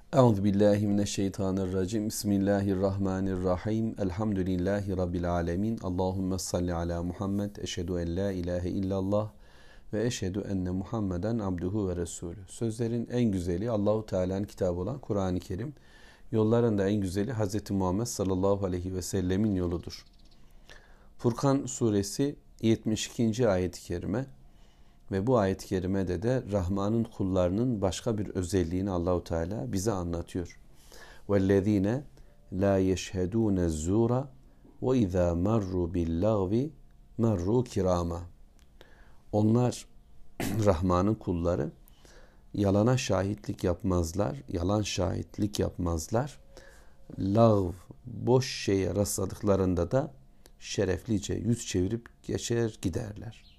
Euzubillahimineşşeytanirracim. Bismillahirrahmanirrahim. Elhamdülillahi Rabbil alemin. Allahümme salli ala Muhammed. Eşhedü en la ilahe illallah ve eşhedü enne Muhammeden abduhu ve resulü. Sözlerin en güzeli Allahu Teala'nın kitabı olan Kur'an-ı Kerim. Yolların da en güzeli Hz. Muhammed sallallahu aleyhi ve sellemin yoludur. Furkan suresi 72. ayet-i kerime. Ve bu ayet-i kerimede de Rahman'ın kullarının başka bir özelliğini Allahu Teala bize anlatıyor. وَالَّذ۪ينَ لَا يَشْهَدُونَ الزُّورَ وَاِذَا مَرُّوا بِاللَّغْوِ مَرُّوا كِرَامًا. Onlar Rahman'ın kulları yalana şahitlik yapmazlar, yalan şahitlik yapmazlar. Lağv, boş şeye rastladıklarında da şereflice yüz çevirip geçer giderler.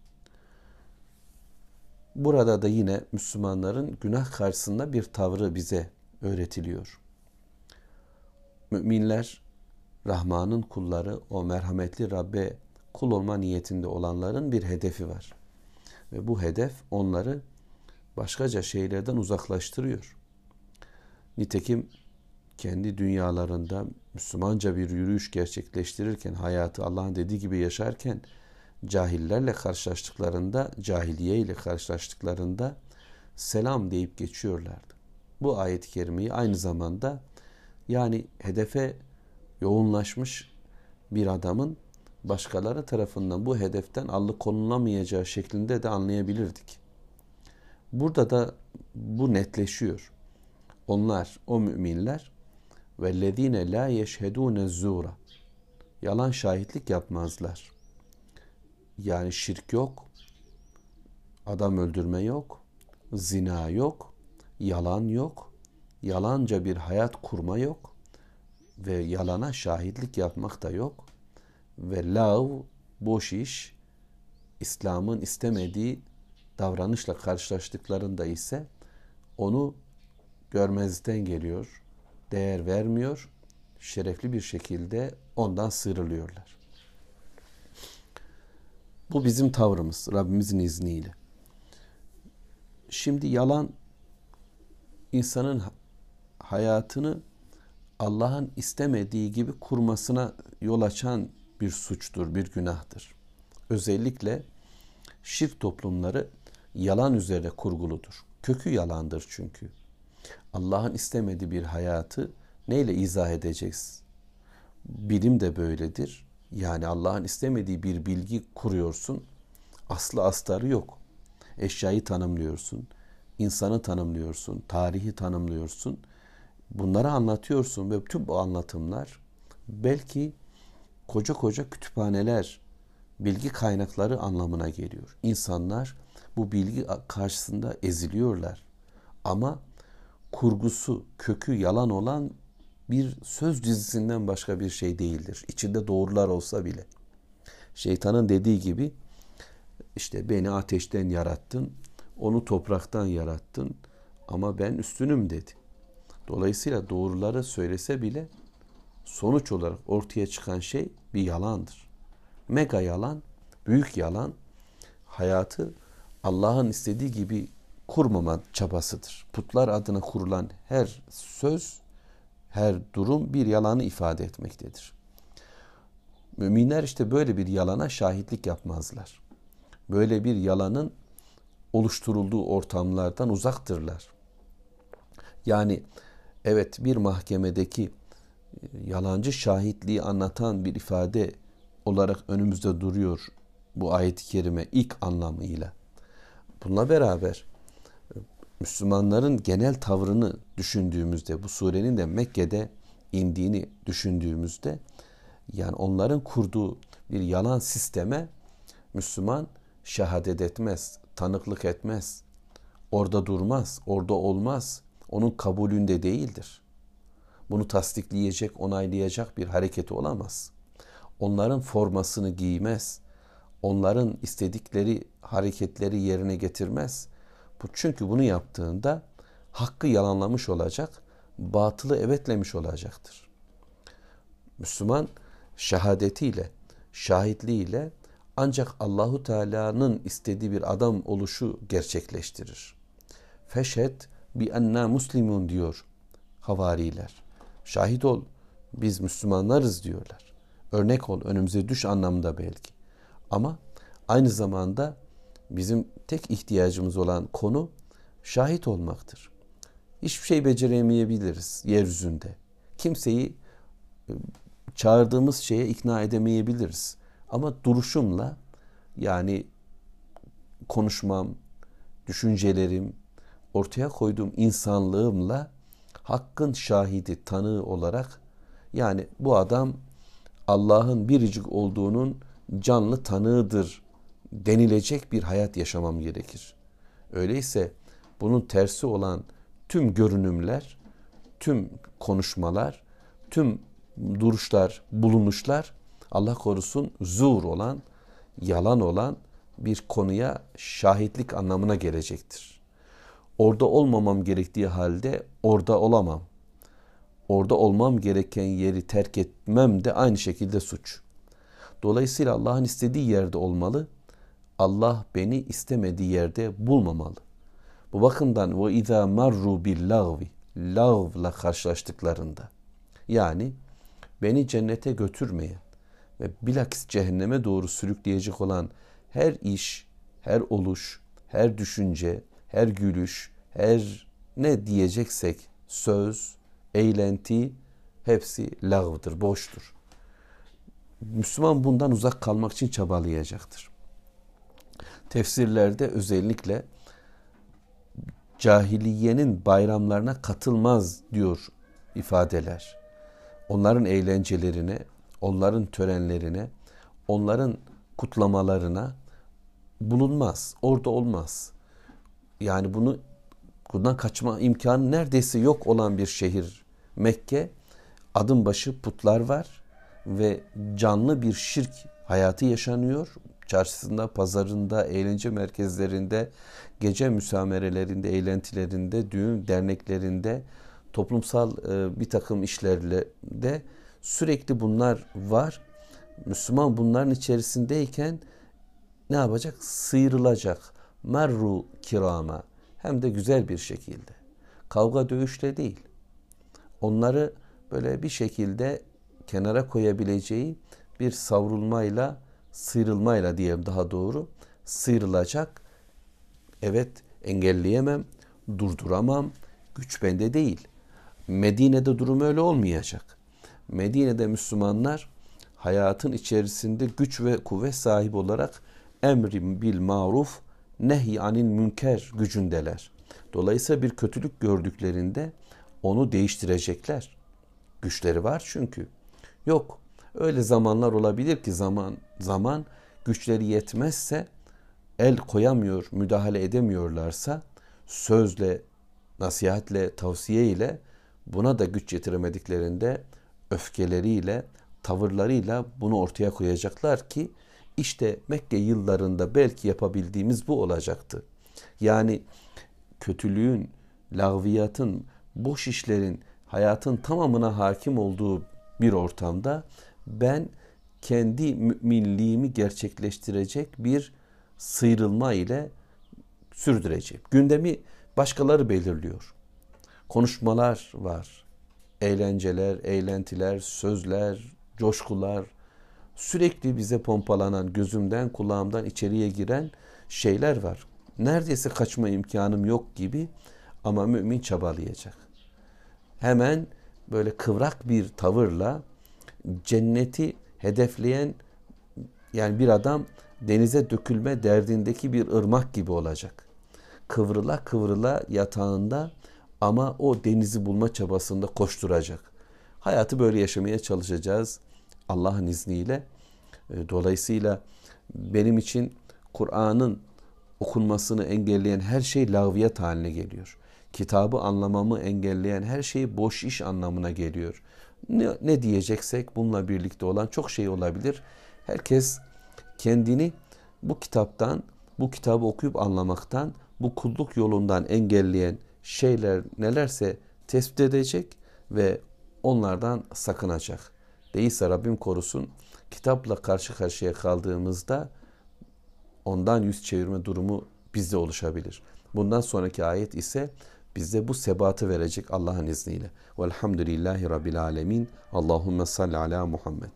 Burada da yine Müslümanların günah karşısında bir tavrı bize öğretiliyor. Müminler, Rahman'ın kulları, o merhametli Rabbe kul olma niyetinde olanların bir hedefi var. Ve bu hedef onları başkaca şeylerden uzaklaştırıyor. Nitekim kendi dünyalarında Müslümanca bir yürüyüş gerçekleştirirken, hayatı Allah'ın dediği gibi yaşarken, cahillerle karşılaştıklarında, cahiliye ile karşılaştıklarında selam deyip geçiyorlardı. Bu ayet-i kerimeyi aynı zamanda yani hedefe yoğunlaşmış bir adamın başkaları tarafından bu hedeften alıkonulamayacağı şeklinde de anlayabilirdik. Burada da bu netleşiyor. Onlar, o müminler vellezine la yeşhedûne zûra, yalan şahitlik yapmazlar. Yani şirk yok, adam öldürme yok, zina yok, yalan yok, yalanca bir hayat kurma yok ve yalana şahitlik yapmak da yok. Ve lav, boş iş, İslam'ın istemediği davranışla karşılaştıklarında ise onu görmezden geliyor, değer vermiyor, şerefli bir şekilde ondan sıyrılıyorlar. Bu bizim tavrımız Rabbimizin izniyle. Şimdi yalan insanın hayatını Allah'ın istemediği gibi kurmasına yol açan bir suçtur, bir günahtır. Özellikle şirk toplumları yalan üzerine kurguludur. Kökü yalandır çünkü. Allah'ın istemediği bir hayatı neyle izah edeceğiz? Bilim de böyledir. Yani Allah'ın istemediği bir bilgi kuruyorsun. Aslı astarı yok. Eşyayı tanımlıyorsun. İnsanı tanımlıyorsun. Tarihi tanımlıyorsun. Bunları anlatıyorsun ve bütün bu anlatımlar belki koca koca kütüphaneler, bilgi kaynakları anlamına geliyor. İnsanlar bu bilgi karşısında eziliyorlar. Ama kurgusu, kökü yalan olan bir söz dizisinden başka bir şey değildir. İçinde doğrular olsa bile. Şeytanın dediği gibi işte beni ateşten yarattın, onu topraktan yarattın ama ben üstünüm dedi. Dolayısıyla doğruları söylese bile sonuç olarak ortaya çıkan şey bir yalandır. Mega yalan, büyük yalan, hayatı Allah'ın istediği gibi kurmama çabasıdır. Putlar adına kurulan her söz, her durum bir yalanı ifade etmektedir. Müminler işte böyle bir yalana şahitlik yapmazlar. Böyle bir yalanın oluşturulduğu ortamlardan uzaktırlar. Yani evet, bir mahkemedeki yalancı şahitliği anlatan bir ifade olarak önümüzde duruyor bu ayet-i kerime ilk anlamıyla. Bununla beraber Müslümanların genel tavrını düşündüğümüzde, bu surenin de Mekke'de indiğini düşündüğümüzde, yani onların kurduğu bir yalan sisteme Müslüman şehadet etmez, tanıklık etmez, orada durmaz, orada olmaz, onun kabulünde değildir. Bunu tasdikleyecek, onaylayacak bir hareketi olamaz. Onların formasını giymez, onların istedikleri hareketleri yerine getirmez. Çünkü bunu yaptığında hakkı yalanlamış olacak, batılı evetlemiş olacaktır. Müslüman şehadetiyle, şahitliğiyle ancak Allahu Teala'nın istediği bir adam oluşu gerçekleştirir. Feşhed bi enna muslimun diyor havariler. Şahit ol, biz Müslümanlarız diyorlar. Örnek ol, önümüze düş anlamında belki. Ama aynı zamanda bizim tek ihtiyacımız olan konu şahit olmaktır. Hiçbir şey beceremeyebiliriz yeryüzünde. Kimseyi çağırdığımız şeye ikna edemeyebiliriz. Ama duruşumla, yani konuşmam, düşüncelerim, ortaya koyduğum insanlığımla hakkın şahidi, tanığı olarak, yani bu adam Allah'ın biricik olduğunun canlı tanığıdır denilecek bir hayat yaşamam gerekir. Öyleyse bunun tersi olan tüm görünümler, tüm konuşmalar, tüm duruşlar, bulunuşlar Allah korusun zur olan, yalan olan bir konuya şahitlik anlamına gelecektir. Orada olmamam gerektiği halde orada olamam. Orada olmam gereken yeri terk etmem de aynı şekilde suç. Dolayısıyla Allah'ın istediği yerde olmalı. Allah beni istemediği yerde bulmamalı. Bu bakımdan ve izâ marru bil lagvi, lagvla karşılaştıklarında, yani beni cennete götürmeyen ve bilakis cehenneme doğru sürükleyecek olan her iş, her oluş, her düşünce, her gülüş, her ne diyeceksek söz, eğlenti hepsi lağvdır, boştur. Müslüman bundan uzak kalmak için çabalayacaktır. Tefsirlerde özellikle cahiliyenin bayramlarına katılmaz diyor ifadeler. Onların eğlencelerine, onların törenlerine, onların kutlamalarına bulunmaz, orada olmaz. Yani bundan kaçma imkanı neredeyse yok olan bir şehir Mekke. Adım başı putlar var ve canlı bir şirk hayatı yaşanıyor. Çarşısında, pazarında, eğlence merkezlerinde, gece müsamerelerinde, eğlentilerinde, düğün derneklerinde, toplumsal bir takım işlerinde sürekli bunlar var. Müslüman bunların içerisindeyken ne yapacak? Sıyrılacak. Merru kirama. Hem de güzel bir şekilde. Kavga dövüşle değil. Onları böyle bir şekilde kenara koyabileceği bir savrulmayla, sıyrılmayla diyeyim daha doğru, sıyrılacak. Evet, engelleyemem, durduramam, güç bende değil. Medine'de durum öyle olmayacak. Medine'de Müslümanlar hayatın içerisinde güç ve kuvvet sahibi olarak emri bil maruf, nehy anil münker gücündeler. Dolayısıyla bir kötülük gördüklerinde onu değiştirecekler. Güçleri var çünkü. Yok, öyle zamanlar olabilir ki zaman güçleri yetmezse, el koyamıyor, müdahale edemiyorlarsa sözle, nasihatle, tavsiyeyle, buna da güç yetiremediklerinde öfkeleriyle, tavırlarıyla bunu ortaya koyacaklar ki işte Mekke yıllarında belki yapabildiğimiz bu olacaktı. Yani kötülüğün, lağviyatın, boş işlerin hayatın tamamına hakim olduğu bir ortamda ben kendi müminliğimi gerçekleştirecek bir sıyrılma ile sürdüreceğim. Gündemi başkaları belirliyor. Konuşmalar var. Eğlenceler, eğlentiler, sözler, coşkular, sürekli bize pompalanan, gözümden, kulağımdan içeriye giren şeyler var. Neredeyse kaçma imkanım yok gibi ama mümin çabalayacak. Hemen böyle kıvrak bir tavırla cenneti hedefleyen, yani bir adam denize dökülme derdindeki bir ırmak gibi olacak. Kıvrıla kıvrıla yatağında ama o denizi bulma çabasında koşturacak. Hayatı böyle yaşamaya çalışacağız Allah'ın izniyle. Dolayısıyla benim için Kur'an'ın okunmasını engelleyen her şey lağviyat haline geliyor. Kitabı anlamamı engelleyen her şey boş iş anlamına geliyor. Ne diyeceksek bununla birlikte olan çok şey olabilir. Herkes kendini bu kitaptan, bu kitabı okuyup anlamaktan, bu kulluk yolundan engelleyen şeyler nelerse tespit edecek ve onlardan sakınacak. Değilse Rabbim korusun, kitapla karşı karşıya kaldığımızda ondan yüz çevirme durumu bizde oluşabilir. Bundan sonraki ayet ise Bize bu sebatı verecek Allah'ın izniyle. Velhamdülillahi Rabbil alemin. Allahümme salli ala Muhammed.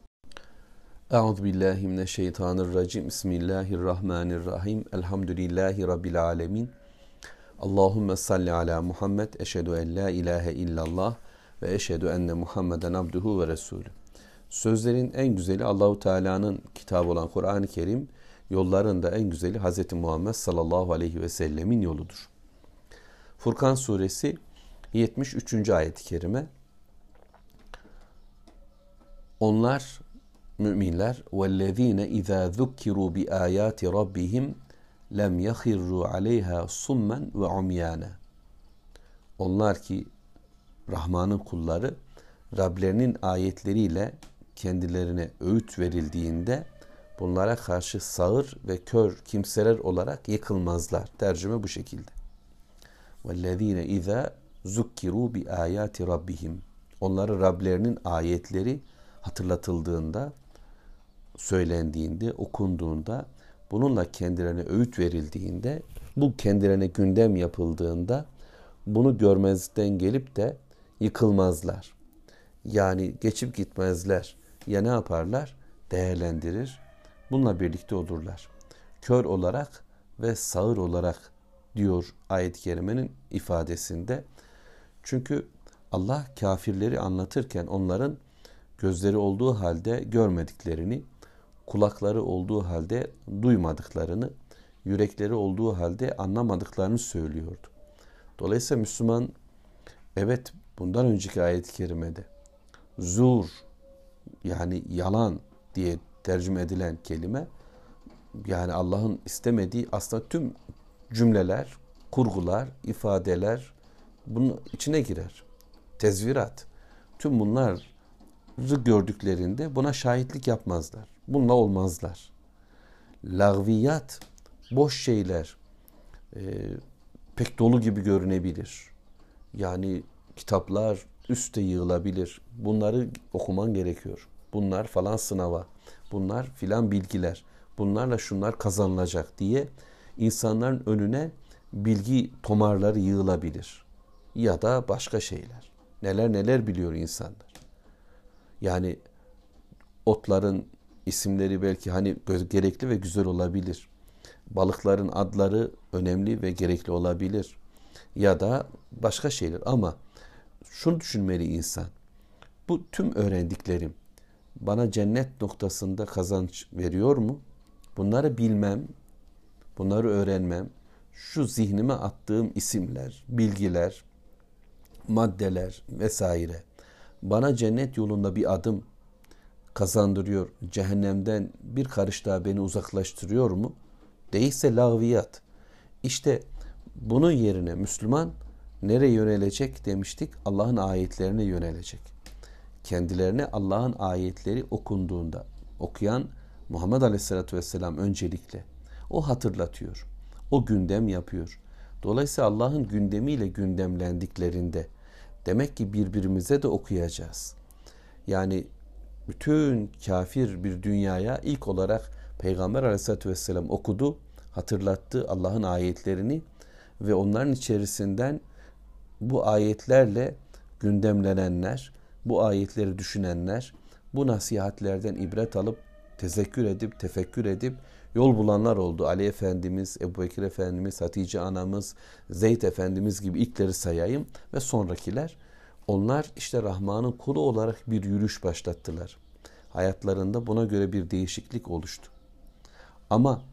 Euzubillahimineşşeytanirracim. Bismillahirrahmanirrahim. Elhamdülillahi Rabbil alemin. Allahümme salli ala Muhammed. Eşhedü en la ilahe illallah ve eşhedü enne Muhammeden abduhu ve resulü. Sözlerin en güzeli Allahu Teala'nın kitabı olan Kur'an-ı Kerim, yolların da en güzeli Hz. Muhammed sallallahu aleyhi ve sellemin yoludur. Furkan suresi 73. ayet-i kerime. Onlar müminler وَالَّذ۪ينَ اِذَا ذُكِّرُوا بِآيَاتِ رَبِّهِمْ لَمْ يَخِرُّوا عَلَيْهَا صُمًّا وَعُمْيَانًا. Onlar ki Rahman'ın kulları, Rablerinin ayetleriyle kendilerine öğüt verildiğinde bunlara karşı sağır ve kör kimseler olarak yıkılmazlar. Tercüme bu şekilde. وَالَّذ۪ينَ اِذَا ذُكِّرُوا بِآيَاتِ رَبِّهِمْ. Onları Rablerinin ayetleri hatırlatıldığında, söylendiğinde, okunduğunda, bununla kendilerine öğüt verildiğinde, bu kendilerine gündem yapıldığında bunu görmezden gelip de yıkılmazlar. Yani geçip gitmezler. Ya ne yaparlar? Değerlendirir. Bununla birlikte olurlar. Kör olarak ve sağır olarak diyor ayet-i kerimenin ifadesinde. Çünkü Allah kafirleri anlatırken onların gözleri olduğu halde görmediklerini, kulakları olduğu halde duymadıklarını, yürekleri olduğu halde anlamadıklarını söylüyordu. Dolayısıyla Müslüman, evet, bundan önceki ayet-i kerimede zur, yani yalan diye tercüme edilen kelime, yani Allah'ın istemediği aslında tüm cümleler, kurgular, ifadeler bunun içine girer. Tezvirat. Tüm bunları gördüklerinde buna şahitlik yapmazlar. Bununla olmazlar. Lagviyat, boş şeyler pek dolu gibi görünebilir. Yani kitaplar üste yığılabilir. Bunları okuman gerekiyor. Bunlar falan sınava. Bunlar filan bilgiler. Bunlarla şunlar kazanılacak diye insanların önüne bilgi tomarları yığılabilir. Ya da başka şeyler. Neler neler biliyor insanlar. Yani otların isimleri belki hani gerekli ve güzel olabilir. Balıkların adları önemli ve gerekli olabilir. Ya da başka şeyler. Ama şunu düşünmeli insan. Bu tüm öğrendiklerim bana cennet noktasında kazanç veriyor mu? Bunları bilmem, bunları öğrenmem, şu zihnime attığım isimler, bilgiler, maddeler vesaire bana cennet yolunda bir adım kazandırıyor, cehennemden bir karış daha beni uzaklaştırıyor mu? Değilse lağviyat. İşte bunun yerine Müslüman nereye yönelecek demiştik? Allah'ın ayetlerine yönelecek. Kendilerine Allah'ın ayetleri okunduğunda, okuyan Muhammed Aleyhisselatü Vesselam öncelikle o hatırlatıyor. O gündem yapıyor. Dolayısıyla Allah'ın gündemiyle gündemlendiklerinde demek ki birbirimize de okuyacağız. Yani bütün kafir bir dünyaya ilk olarak Peygamber Aleyhisselatü Vesselam okudu, hatırlattı Allah'ın ayetlerini ve onların içerisinden bu ayetlerle gündemlenenler, bu ayetleri düşünenler, bu nasihatlerden ibret alıp tezekkür edip, tefekkür edip yol bulanlar oldu. Ali Efendimiz, Ebu Bekir Efendimiz, Hatice Anamız, Zeyd Efendimiz gibi ilkleri sayayım ve sonrakiler. Onlar işte Rahman'ın kulu olarak bir yürüyüş başlattılar. Hayatlarında buna göre bir değişiklik oluştu. Ama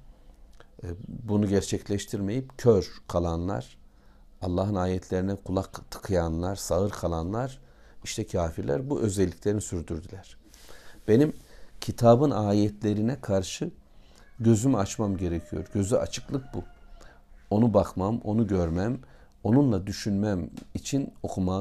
bunu gerçekleştirmeyip kör kalanlar, Allah'ın ayetlerine kulak tıkayanlar, sağır kalanlar, işte kafirler bu özelliklerini sürdürdüler. Benim kitabın ayetlerine karşı gözümü açmam gerekiyor. Gözü açıklık bu. Onu bakmam, onu görmem, onunla düşünmem için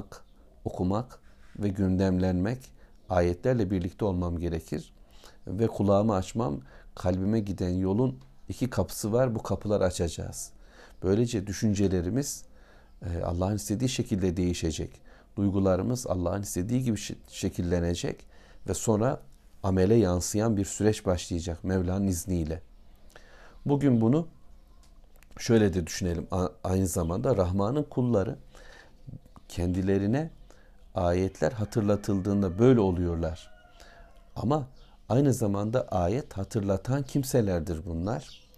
okumak ve gündemlenmek, ayetlerle birlikte olmam gerekir. Ve kulağımı açmam, kalbime giden yolun iki kapısı var, bu kapıları açacağız. Böylece düşüncelerimiz Allah'ın istediği şekilde değişecek. Duygularımız Allah'ın istediği gibi şekillenecek ve sonra amele yansıyan bir süreç başlayacak Mevla'nın izniyle. Bugün bunu Şöyle de düşünelim, aynı zamanda Rahman'ın kulları kendilerine ayetler hatırlatıldığında böyle oluyorlar. Ama aynı zamanda ayet hatırlatan kimselerdir bunlar.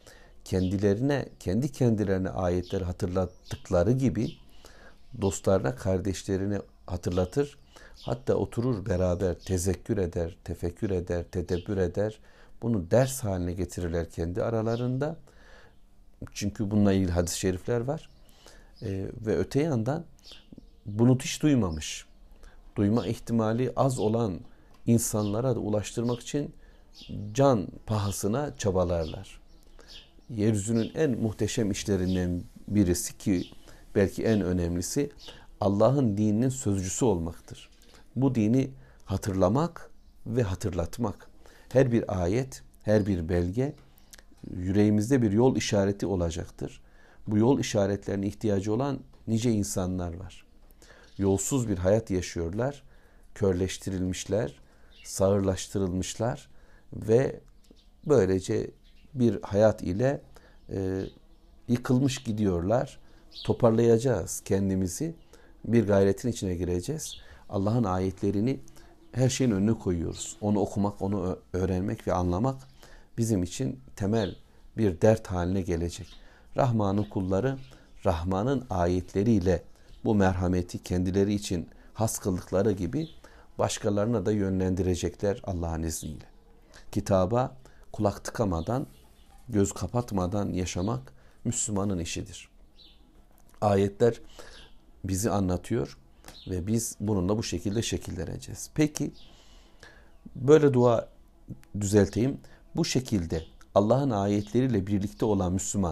Kendi kendilerine ayetleri hatırlattıkları gibi dostlarına, kardeşlerine hatırlatır. Hatta oturur beraber tezekkür eder, tefekkür eder, tedebbür eder. Bunu ders haline getirirler kendi aralarında. Çünkü bununla ilgili hadis-i şerifler var. Ve öte yandan bunu hiç duymamış, duyma ihtimali az olan insanlara da ulaştırmak için can pahasına çabalarlar. Yeryüzünün en muhteşem işlerinden birisi, ki belki en önemlisi, Allah'ın dininin sözcüsü olmaktır. Bu dini hatırlamak ve hatırlatmak. Her bir ayet, her bir belge yüreğimizde bir yol işareti olacaktır. Bu yol işaretlerine ihtiyacı olan nice insanlar var. Yolsuz bir hayat yaşıyorlar, körleştirilmişler, sağırlaştırılmışlar ve böylece bir hayat ile yıkılmış gidiyorlar. Toparlayacağız kendimizi, bir gayretin içine gireceğiz. Allah'ın ayetlerini her şeyin önüne koyuyoruz. Onu okumak, onu öğrenmek ve anlamak bizim için temel bir dert haline gelecek. Rahman'ın kulları Rahman'ın ayetleriyle bu merhameti kendileri için has kıldıkları gibi başkalarına da yönlendirecekler Allah'ın izniyle. Kitaba kulak tıkamadan, göz kapatmadan yaşamak Müslümanın işidir. Ayetler bizi anlatıyor ve biz bununla bu şekilde şekilleneceğiz. Peki böyle dua düzelteyim. Bu şekilde Allah'ın ayetleriyle birlikte olan Müslüman,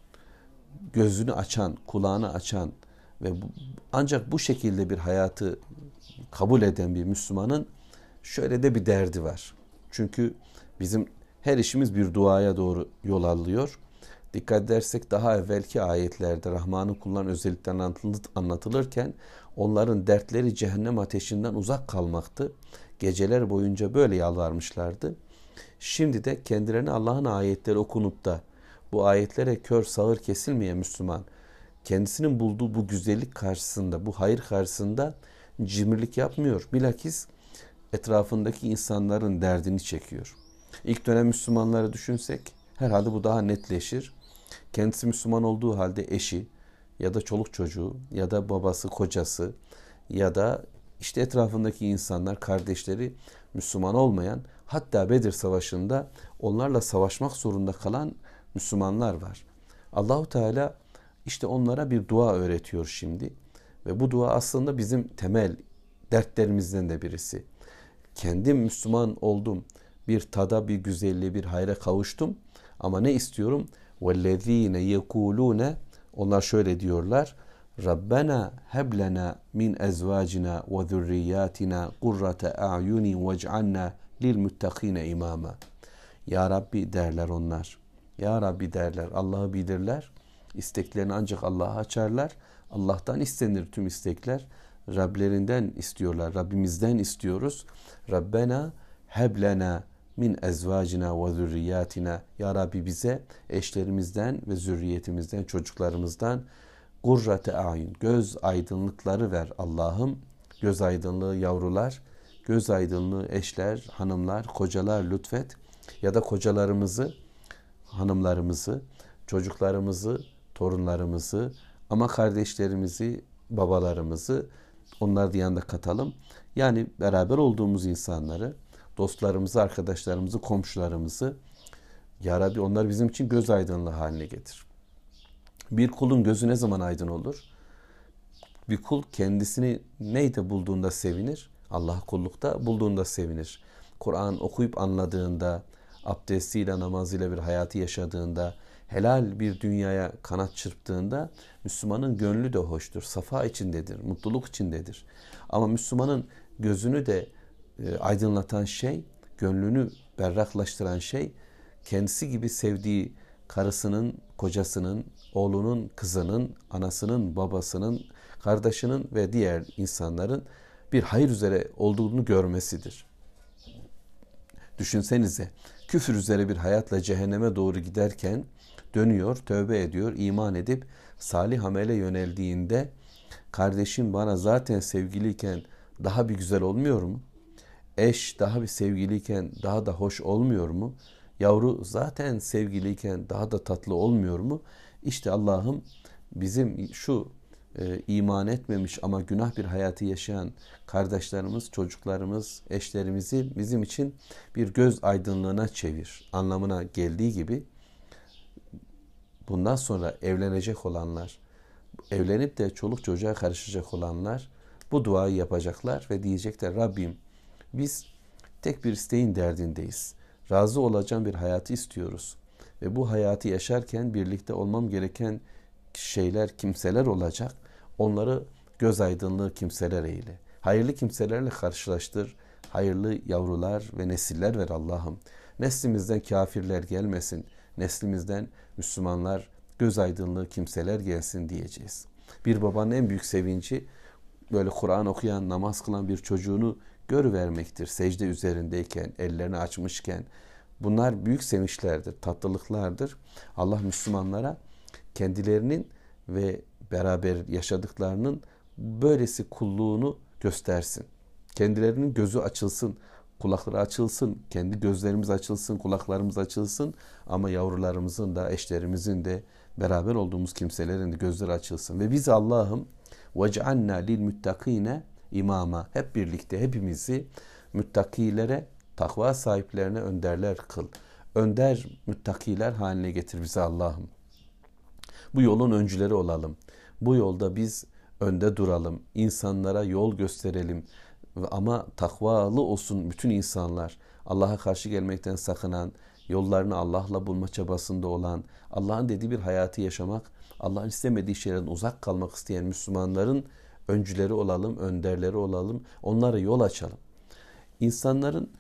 gözünü açan, kulağını açan ve ancak bu şekilde bir hayatı kabul eden bir Müslümanın şöyle de bir derdi var. Çünkü bizim her işimiz bir duaya doğru yol alıyor. Dikkat edersek daha evvelki ayetlerde Rahman'ın kullarının özellikleri anlatılırken onların dertleri cehennem ateşinden uzak kalmaktı. Geceler boyunca böyle yalvarmışlardı. Şimdi de kendilerine Allah'ın ayetleri okunup da bu ayetlere kör sağır kesilmeyen Müslüman, kendisinin bulduğu bu güzellik karşısında, bu hayır karşısında cimrilik yapmıyor. Bilakis etrafındaki insanların derdini çekiyor. İlk dönem Müslümanları düşünsek herhalde bu daha netleşir. Kendisi Müslüman olduğu halde eşi ya da çoluk çocuğu ya da babası, kocası ya da işte etrafındaki insanlar, kardeşleri Müslüman olmayan, hatta Bedir Savaşı'nda onlarla savaşmak zorunda kalan Müslümanlar var. Allahu Teala işte onlara bir dua öğretiyor şimdi. Ve bu dua aslında bizim temel dertlerimizden de birisi. Kendim Müslüman oldum. Bir tada, bir güzelliğe, bir hayra kavuştum. Ama ne istiyorum? وَالَّذ۪ينَ يَقُولُونَ Onlar şöyle diyorlar. Rabbena heblena min ezvacina ve zürriyatina kurrate a'yuni vec'alna lil muttakine imama. Ya Rabbi derler onlar. Ya Rabbi derler. Allah'ı bilirler. İsteklerini ancak Allah'a açarlar. Allah'tan istenir tüm istekler. Rablerinden istiyorlar. Rabbimizden istiyoruz. Rabbena heblena min ezvacina ve zürriyatina. Ya Rabbi bize eşlerimizden ve zürriyetimizden, çocuklarımızdan kurrate a'yun, göz aydınlıkları ver Allah'ım. Göz aydınlığı yavrular, göz aydınlığı eşler, hanımlar, kocalar lütfet. Ya da kocalarımızı, hanımlarımızı, çocuklarımızı, torunlarımızı, ama kardeşlerimizi, babalarımızı, onlar da yanında katalım. Yani beraber olduğumuz insanları, dostlarımızı, arkadaşlarımızı, komşularımızı, Ya Rabbi onlar bizim için göz aydınlığı haline getir. Bir kulun gözü ne zaman aydın olur? Bir kul kendisini neyde bulduğunda sevinir? Allah kullukta bulduğunda sevinir. Kur'an okuyup anladığında, abdestiyle, namazıyla bir hayatı yaşadığında, helal bir dünyaya kanat çırptığında Müslümanın gönlü de hoştur. Safa içindedir, mutluluk içindedir. Ama Müslümanın gözünü de aydınlatan şey, gönlünü berraklaştıran şey, kendisi gibi sevdiği karısının, kocasının, oğlunun, kızının, anasının, babasının, kardeşinin ve diğer insanların bir hayır üzere olduğunu görmesidir. Düşünsenize, küfür üzere bir hayatla cehenneme doğru giderken dönüyor, tövbe ediyor, iman edip salih amele yöneldiğinde kardeşim bana zaten sevgiliyken daha bir güzel olmuyor mu? Eş daha bir sevgiliyken daha da hoş olmuyor mu? Yavru zaten sevgiliyken daha da tatlı olmuyor mu? İşte Allah'ım bizim şu iman etmemiş ama günah bir hayatı yaşayan kardeşlerimiz, çocuklarımız, eşlerimizi bizim için bir göz aydınlığına çevir anlamına geldiği gibi bundan sonra evlenecek olanlar, evlenip de çoluk çocuğa karışacak olanlar bu duayı yapacaklar ve diyecekler Rabbim biz tek bir isteğin derdindeyiz. Razı olacağım bir hayatı istiyoruz. Ve bu hayatı yaşarken birlikte olmam gereken şeyler, kimseler olacak. Onları göz aydınlığı kimseler eyle. Hayırlı kimselerle karşılaştır. Hayırlı yavrular ve nesiller ver Allah'ım. Neslimizden kafirler gelmesin. Neslimizden Müslümanlar, göz aydınlığı kimseler gelsin diyeceğiz. Bir babanın en büyük sevinci böyle Kur'an okuyan, namaz kılan bir çocuğunu görüvermektir. Secde üzerindeyken, ellerini açmışken. Bunlar büyük sevinçlerdir, tatlılıklardır. Allah Müslümanlara kendilerinin ve beraber yaşadıklarının böylesi kulluğunu göstersin. Kendilerinin gözü açılsın, kulakları açılsın, kendi gözlerimiz açılsın, kulaklarımız açılsın ama yavrularımızın da, eşlerimizin de, beraber olduğumuz kimselerin de gözleri açılsın. Ve biz Allah'ım وَجْعَلْنَا لِلْمُتَّقِينَ imama. Hep birlikte hepimizi müttakilere, takva sahiplerine önderler kıl. Önder müttakiler haline getir bizi Allah'ım. Bu yolun öncüleri olalım. Bu yolda biz önde duralım. İnsanlara yol gösterelim. Ama takvalı olsun bütün insanlar. Allah'a karşı gelmekten sakınan, yollarını Allah'la bulma çabasında olan, Allah'ın dediği bir hayatı yaşamak, Allah'ın istemediği şeylerden uzak kalmak isteyen Müslümanların öncüleri olalım, önderleri olalım. Onlara yol açalım. İnsanların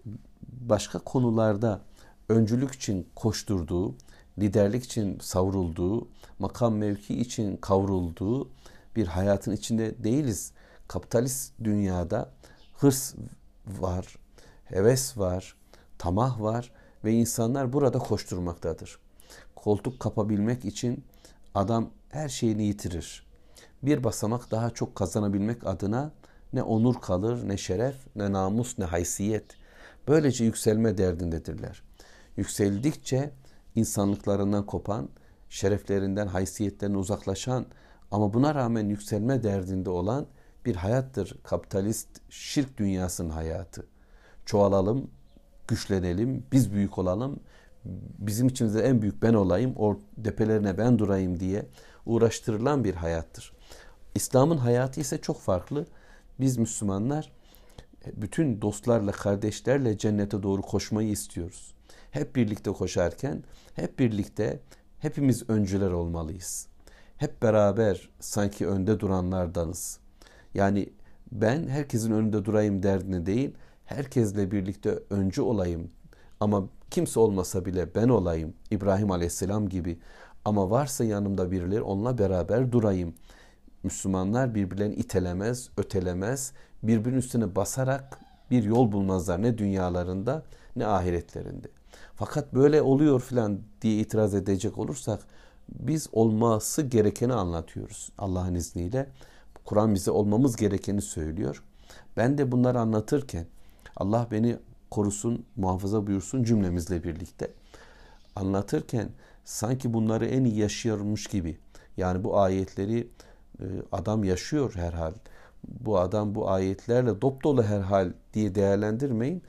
başka konularda öncülük için koşturduğu, liderlik için savrulduğu, makam mevki için kavrulduğu bir hayatın içinde değiliz. Kapitalist dünyada hırs var, heves var, tamah var ve insanlar burada koşturmaktadır. Koltuk kapabilmek için adam her şeyini yitirir. Bir basamak daha çok kazanabilmek adına ne onur kalır, ne şeref, ne namus, ne haysiyet. Böylece yükselme derdindedirler. Yükseldikçe insanlıklarından kopan, şereflerinden, haysiyetlerinden uzaklaşan ama buna rağmen yükselme derdinde olan bir hayattır kapitalist şirk dünyasının hayatı. Çoğalalım, güçlenelim, biz büyük olalım, bizim içimizde en büyük ben olayım, o tepelerine ben durayım diye uğraştırılan bir hayattır. İslam'ın hayatı ise çok farklı. Biz Müslümanlar bütün dostlarla, kardeşlerle cennete doğru koşmayı istiyoruz. Hep birlikte koşarken, hep birlikte hepimiz öncüler olmalıyız. Hep beraber sanki önde duranlardanız. Yani ben herkesin önünde durayım derdine değil, herkesle birlikte öncü olayım. Ama kimse olmasa bile ben olayım. İbrahim Aleyhisselam gibi. Ama varsa yanımda birileri onunla beraber durayım. Müslümanlar birbirlerini itelemez, ötelemez, birbirinin üstüne basarak bir yol bulmazlar ne dünyalarında ne ahiretlerinde. Fakat böyle oluyor filan diye itiraz edecek olursak biz olması gerekeni anlatıyoruz Allah'ın izniyle. Kur'an bize olmamız gerekeni söylüyor. Ben de bunları anlatırken Allah beni korusun, muhafaza buyursun cümlemizle birlikte. Anlatırken sanki bunları en iyi yaşıyormuş gibi. Yani bu ayetleri adam yaşıyor herhal. Bu adam bu ayetlerle dop dolu herhal diye değerlendirmeyin.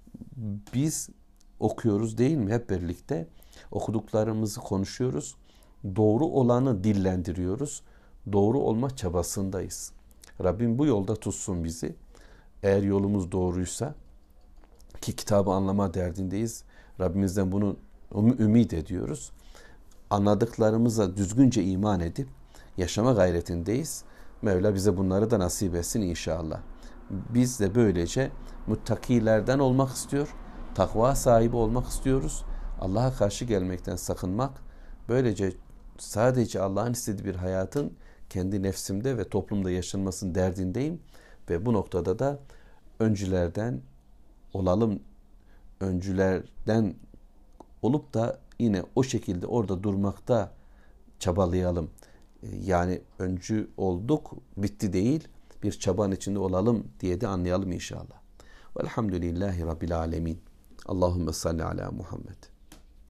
Biz okuyoruz değil mi hep birlikte? Okuduklarımızı konuşuyoruz. Doğru olanı dillendiriyoruz. Doğru olma çabasındayız. Rabbim bu yolda tutsun bizi. Eğer yolumuz doğruysa ki kitabı anlama derdindeyiz. Rabbimizden bunu ümit ediyoruz. Anladıklarımıza düzgünce iman edip yaşama gayretindeyiz. Mevla bize bunları da nasip etsin inşallah. Biz de böylece muttakilerden olmak istiyor. Takva sahibi olmak istiyoruz. Allah'a karşı gelmekten sakınmak. Böylece sadece Allah'ın istediği bir hayatın kendi nefsimde ve toplumda yaşanmasının derdindeyim. Ve bu noktada da öncülerden olalım. Öncülerden olup da yine o şekilde orada durmakta çabalayalım. Yani öncü olduk, bitti değil. Bir çabanın içinde olalım diye de anlayalım inşallah. Velhamdülillahi Rabbil alemin. Allahümme salli ala Muhammed.